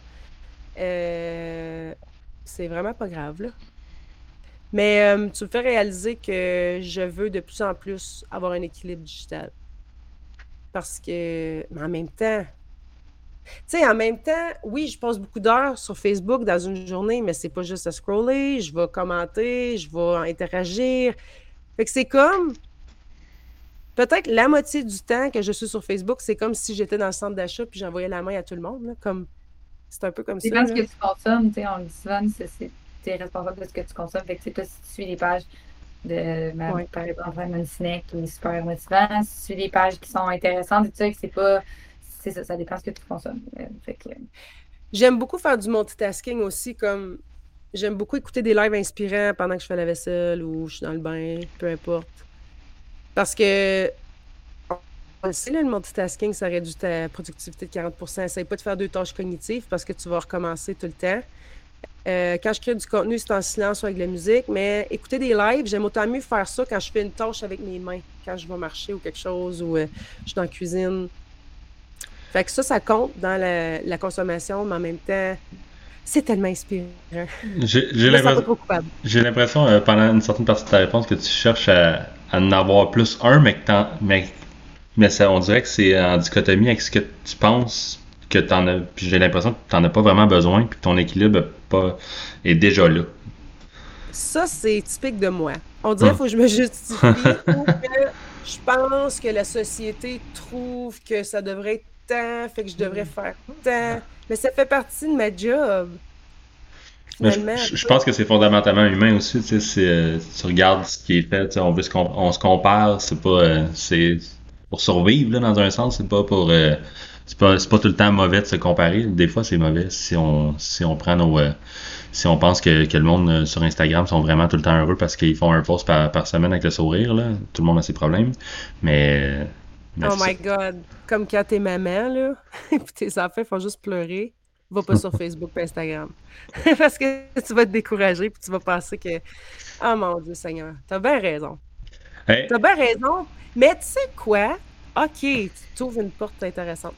[SPEAKER 2] Euh, c'est vraiment pas grave, là. Mais euh, tu me fais réaliser que je veux de plus en plus avoir un équilibre digital. Parce que, mais en même temps, tu sais, en même temps, oui, je passe beaucoup d'heures sur Facebook dans une journée, mais c'est pas juste à scroller, je vais commenter, je vais interagir. Fait que c'est comme, peut-être la moitié du temps que je suis sur Facebook, c'est comme si j'étais dans le centre d'achat puis j'envoyais la main à tout le monde, là, comme, c'est un peu comme
[SPEAKER 3] Ça
[SPEAKER 2] ça,
[SPEAKER 3] dépend de ce
[SPEAKER 2] là.
[SPEAKER 3] que tu consommes, tu sais, on le dit souvent, c'est, c'est, t'es responsable de ce que tu consommes. Fait que, tu sais, toi, si tu suis les pages de, ma,
[SPEAKER 2] Ouais.
[SPEAKER 3] par exemple, Simon Sinek, qui est super motivant, si tu suis les pages qui sont intéressantes, et tu sais que c'est pas, c'est ça, ça dépend de ce que tu consommes. Euh, Fait que,
[SPEAKER 2] J'aime beaucoup faire du multitasking aussi, comme, j'aime beaucoup écouter des lives inspirants pendant que je fais la vaisselle ou je suis dans le bain, peu importe. Parce que, on le sait, là, le multitasking, ça réduit ta productivité de quarante pour cent. Essaye pas de faire deux tâches cognitives parce que tu vas recommencer tout le temps. Euh, quand je crée du contenu, c'est en silence ou avec de la musique, mais écouter des lives, j'aime autant mieux faire ça quand je fais une tâche avec mes mains, quand je vais marcher ou quelque chose, ou euh, je suis dans la cuisine. Fait que ça, ça compte dans la, la consommation, mais en même temps, C'est tellement inspirant.
[SPEAKER 4] J'ai
[SPEAKER 2] Je
[SPEAKER 4] j'ai
[SPEAKER 2] me sens pas
[SPEAKER 4] l'impression,
[SPEAKER 2] trop coupable.
[SPEAKER 4] j'ai l'impression euh, pendant une certaine partie de ta réponse que tu cherches à, à en avoir plus un, mais que t'en, mais, mais ça, on dirait que c'est en dichotomie avec ce que tu penses que t'en as. Puis j'ai l'impression que t'en as pas vraiment besoin, puis que ton équilibre est pas, est déjà là.
[SPEAKER 2] Ça, c'est typique de moi. On dirait qu'il faut que je me justifie ou que je pense que la société trouve que ça devrait être tant, fait que je devrais faire tant. Mais ça fait partie de ma job,
[SPEAKER 4] Mais je,
[SPEAKER 2] finalement.
[SPEAKER 4] je- je pense que c'est fondamentalement humain aussi, tu sais, c'est, euh, tu regardes ce qui est fait, tu sais, on veut se com- on se compare, c'est pas, euh, c'est pour survivre, là, dans un sens, c'est pas pour, euh, c'est pas, c'est pas tout le temps mauvais de se comparer, des fois c'est mauvais si on, si on prend nos, euh, si on pense que, que le monde euh, sur Instagram sont vraiment tout le temps heureux parce qu'ils font un post par, par semaine avec le sourire, là, tout le monde a ses problèmes, mais, mais
[SPEAKER 2] Oh
[SPEAKER 4] c'est
[SPEAKER 2] my God. Comme quand t'es maman, là, puis tes enfants font juste pleurer, va pas sur Facebook et Instagram. Parce que tu vas te décourager puis tu vas penser que, oh mon Dieu Seigneur, t'as bien raison.
[SPEAKER 4] ça. Hey,
[SPEAKER 2] T'as bien raison. Mais tu sais quoi? OK, tu trouves une porte intéressante.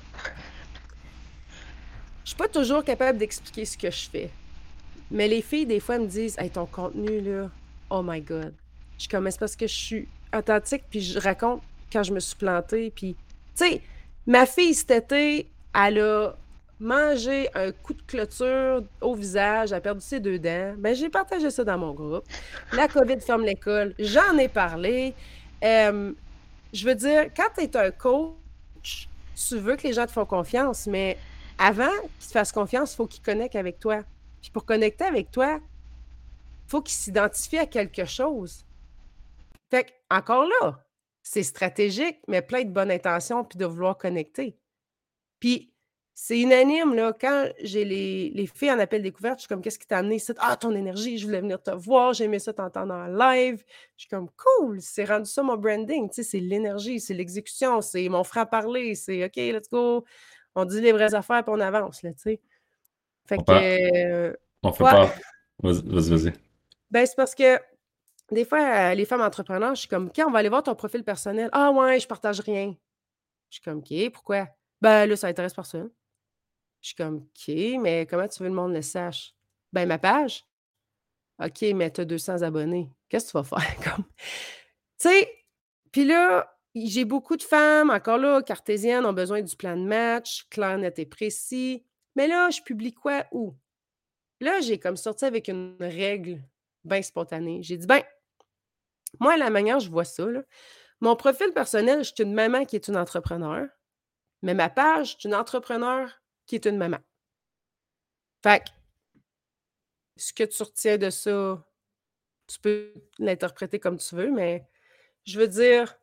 [SPEAKER 2] Je suis pas toujours capable d'expliquer ce que je fais. Mais les filles, des fois, me disent, hey, ton contenu, là, oh my God. Je suis comme, mais c'est parce que je suis authentique, puis je raconte quand je me suis plantée. Puis, tu sais, ma fille, cet été, elle a mangé un coup de clôture au visage, elle a perdu ses deux dents. Ben, j'ai partagé ça dans mon groupe. La COVID ferme l'école, j'en ai parlé. Euh, je veux dire, quand tu es un coach, tu veux que les gens te font confiance, mais avant qu'ils te fassent confiance, il faut qu'ils connectent avec toi. Puis pour connecter avec toi, il faut qu'ils s'identifient à quelque chose. Fait que, encore là, c'est stratégique, mais plein de bonnes intentions puis de vouloir connecter. Puis c'est unanime, là, quand j'ai les, les filles en appel découverte, je suis comme, qu'est-ce qui t'a amené ici? Ah, ton énergie, je voulais venir te voir, j'aimais ça t'entendre en live. Je suis comme, cool, c'est rendu ça mon branding, tu sais, c'est l'énergie, c'est l'exécution, c'est mon franc-parler, c'est OK, let's go, on dit les vraies affaires puis on avance, là, tu sais. Fait
[SPEAKER 1] On
[SPEAKER 2] que,
[SPEAKER 1] fait,
[SPEAKER 2] euh,
[SPEAKER 1] on fait
[SPEAKER 2] ouais,
[SPEAKER 1] pas. Vas-y, vas-y, vas-y.
[SPEAKER 2] ben c'est parce que des fois, euh, les femmes entrepreneurs, je suis comme, OK, on va aller voir ton profil personnel. Ah ouais, je partage rien. Je suis comme, OK, pourquoi? Ben là, ça intéresse personne. Je suis comme, OK, mais comment tu veux le monde le sache? Ben, ma page. OK, mais tu as deux cents abonnés. Qu'est-ce que tu vas faire? Comme, tu sais, puis là, j'ai beaucoup de femmes, encore là, cartésiennes, ont besoin du plan de match, clair, net et précis. Mais là, je publie quoi? Où? Là, j'ai comme sorti avec une règle bien spontanée. J'ai dit, ben, moi, la manière, je vois ça, là, mon profil personnel, je suis une maman qui est une entrepreneur, mais ma page, je suis une entrepreneur qui est une maman. Fait que, ce que tu retiens de ça, tu peux l'interpréter comme tu veux, mais je veux dire,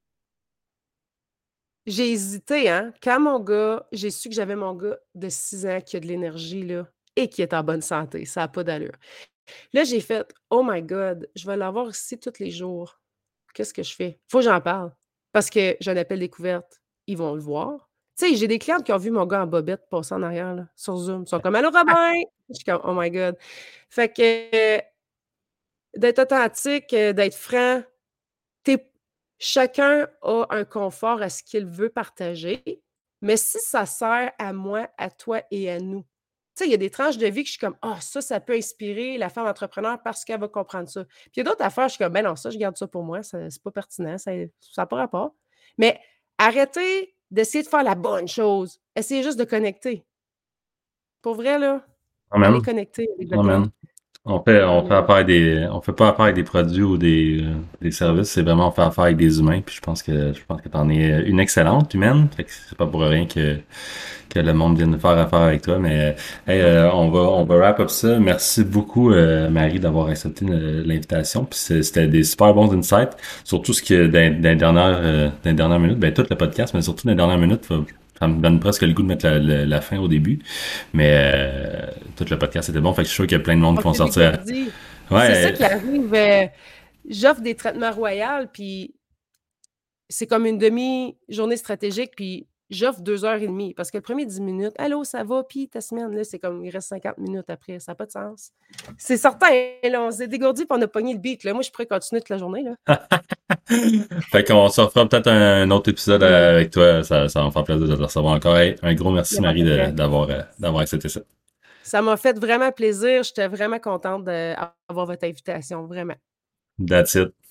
[SPEAKER 2] j'ai hésité, hein. Quand mon gars, j'ai su que j'avais mon gars de six ans qui a de l'énergie, là, et qui est en bonne santé, ça n'a pas d'allure. Là, j'ai fait, oh my God, je vais l'avoir ici tous les jours. Qu'est-ce que je fais? Faut que j'en parle. Parce que j'ai un appel découverte, ils vont le voir. Tu sais, j'ai des clientes qui ont vu mon gars en bobette passer en arrière, là, sur Zoom. Ils sont comme, allô, Robin! Je suis comme, oh my God. Fait que, euh, d'être authentique, euh, d'être franc, t'es- chacun a un confort à ce qu'il veut partager, mais si ça sert à moi, à toi et à nous. Tu sais, il y a des tranches de vie que je suis comme, ah, ça, ça peut inspirer la femme entrepreneur parce qu'elle va comprendre ça. Puis il y a d'autres affaires, je suis comme, ben non, ça, je garde ça pour moi, ça, c'est pas pertinent, ça n'a pas rapport. Mais arrêtez d'essayer de faire la bonne chose. Essayez juste de connecter. Pour vrai, là, allez
[SPEAKER 1] Amen.
[SPEAKER 2] connecter avec votre
[SPEAKER 1] Amen.
[SPEAKER 2] gang.
[SPEAKER 1] On fait, on fait
[SPEAKER 2] Mm.
[SPEAKER 1] affaire avec des, on fait pas affaire avec des produits ou des, euh, des services, c'est vraiment on fait affaire avec des humains, puis je pense que, je pense que t'en es une excellente humaine, fait que c'est pas pour rien que, que le monde vienne faire affaire avec toi, mais, hey, euh, on va, on va wrap up ça. Merci beaucoup, euh, Marie, d'avoir accepté le- l'invitation, puis c'est- c'était des super bons insights, surtout ce que, dans, dans les dernières, euh, dans les dernières minutes, ben, tout le podcast, mais surtout dans les dernières minutes, faut- ça me donne presque le goût de mettre la, la, la fin au début. Mais euh, tout le podcast était bon. Fait que je suis sûr qu'il y a plein de monde
[SPEAKER 2] On
[SPEAKER 1] qui vont
[SPEAKER 2] s'est
[SPEAKER 1] sortir.
[SPEAKER 2] dégourdi.
[SPEAKER 1] Ouais.
[SPEAKER 2] C'est ça qui arrive. euh, J'offre des traitements royaux, puis c'est comme une demi-journée stratégique, puis j'offre deux heures et demie. Parce que le premier dix minutes, allô, ça va, puis ta semaine, là, c'est comme il reste cinquante minutes après. Ça n'a pas de sens. C'est certain, là, on s'est dégourdi, puis on a pogné le beat. Là. Moi, je pourrais continuer toute la journée. Là.
[SPEAKER 1] Fait qu'on se refera peut-être un, un autre épisode euh, avec toi. Ça, ça va me faire plaisir de te recevoir encore. Hey, un gros merci,
[SPEAKER 2] Il y a pas
[SPEAKER 1] Marie,
[SPEAKER 2] de
[SPEAKER 1] de-
[SPEAKER 2] problème.
[SPEAKER 1] d'avoir euh, d'avoir accepté ça.
[SPEAKER 2] Ça m'a fait vraiment plaisir. J'étais vraiment contente d'avoir votre invitation, vraiment.
[SPEAKER 1] That's it.